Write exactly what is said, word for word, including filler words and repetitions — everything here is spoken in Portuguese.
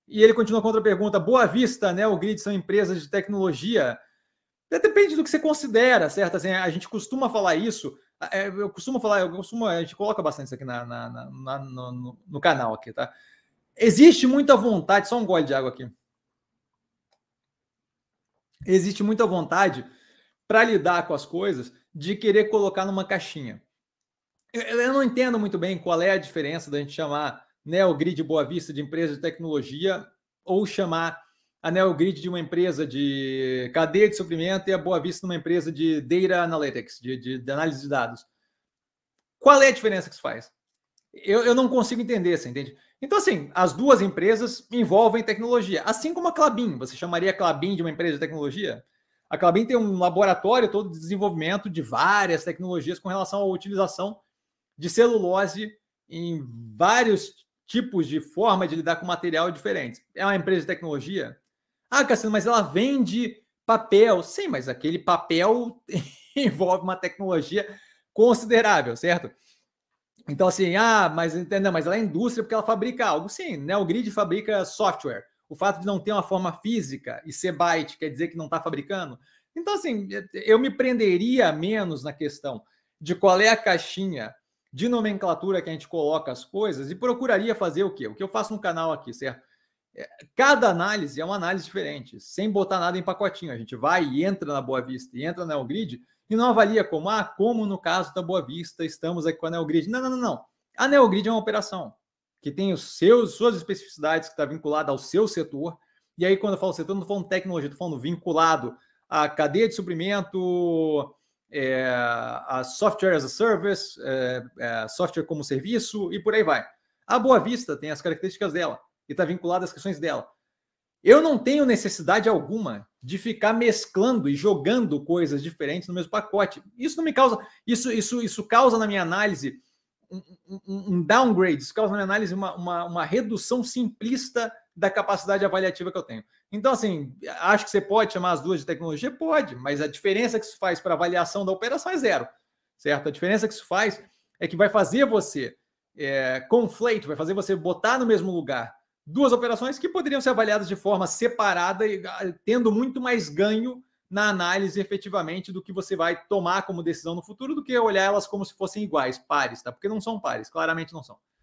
E ele continua com outra pergunta. Boa Vista, né? O Grid são empresas de tecnologia. Depende do que você considera, certo? Assim, a gente costuma falar isso. Eu costumo falar, eu costumo, a gente coloca bastante isso aqui na, na, na, no, no canal aqui, tá? Existe muita vontade, só um gole de água aqui. Existe muita vontade para lidar com as coisas de querer colocar numa caixinha. Eu, eu não entendo muito bem qual é a diferença da gente chamar NeoGrid Boa Vista de empresa de tecnologia ou chamar a NeoGrid de uma empresa de cadeia de suprimento e a Boa Vista de uma empresa de Data Analytics, de, de, de análise de dados. Qual é a diferença que isso faz? Eu, eu não consigo entender, você entende? Então, assim, as duas empresas envolvem tecnologia. Assim como a Klabin. Você chamaria a Klabin de uma empresa de tecnologia? A Klabin tem um laboratório todo de desenvolvimento de várias tecnologias com relação à utilização de celulose em vários tipos de forma de lidar com material diferentes. É uma empresa de tecnologia? Ah, Cassiano, mas ela vende papel. Sim, mas aquele papel envolve uma tecnologia considerável, certo? Então, assim, ah, mas, não, mas ela é indústria porque ela fabrica algo. Sim, né? O Grid fabrica software. O fato de não ter uma forma física e ser byte quer dizer que não está fabricando. Então, assim, eu me prenderia menos na questão de qual é a caixinha de nomenclatura que a gente coloca as coisas e procuraria fazer o quê? O que eu faço no canal aqui, certo? Cada análise é uma análise diferente, sem botar nada em pacotinho. A gente vai e entra na Boa Vista e entra na NeoGrid e não avalia como, ah, como no caso da Boa Vista, estamos aqui com a NeoGrid. Não, não, não, não. A NeoGrid é uma operação que tem os seus, suas especificidades, que está vinculada ao seu setor. E aí, quando eu falo setor, não estou falando tecnologia, estou falando vinculado à cadeia de suprimento, é, a software as a service, é, é, software como serviço e por aí vai. A Boa Vista tem as características dela e está vinculada às questões dela. Eu não tenho necessidade alguma de ficar mesclando e jogando coisas diferentes no mesmo pacote. Isso não me causa, isso, isso, isso causa na minha análise um, um, um downgrade, isso causa na minha análise uma, uma, uma redução simplista da capacidade avaliativa que eu tenho. Então, assim, acho que você pode chamar as duas de tecnologia? Pode, mas a diferença que isso faz para a avaliação da operação é zero, certo? A diferença que isso faz é que vai fazer você é, conflate, vai fazer você botar no mesmo lugar duas operações que poderiam ser avaliadas de forma separada e tendo muito mais ganho na análise efetivamente do que você vai tomar como decisão no futuro do que olhar elas como se fossem iguais, pares, tá? Porque não são pares, claramente não são.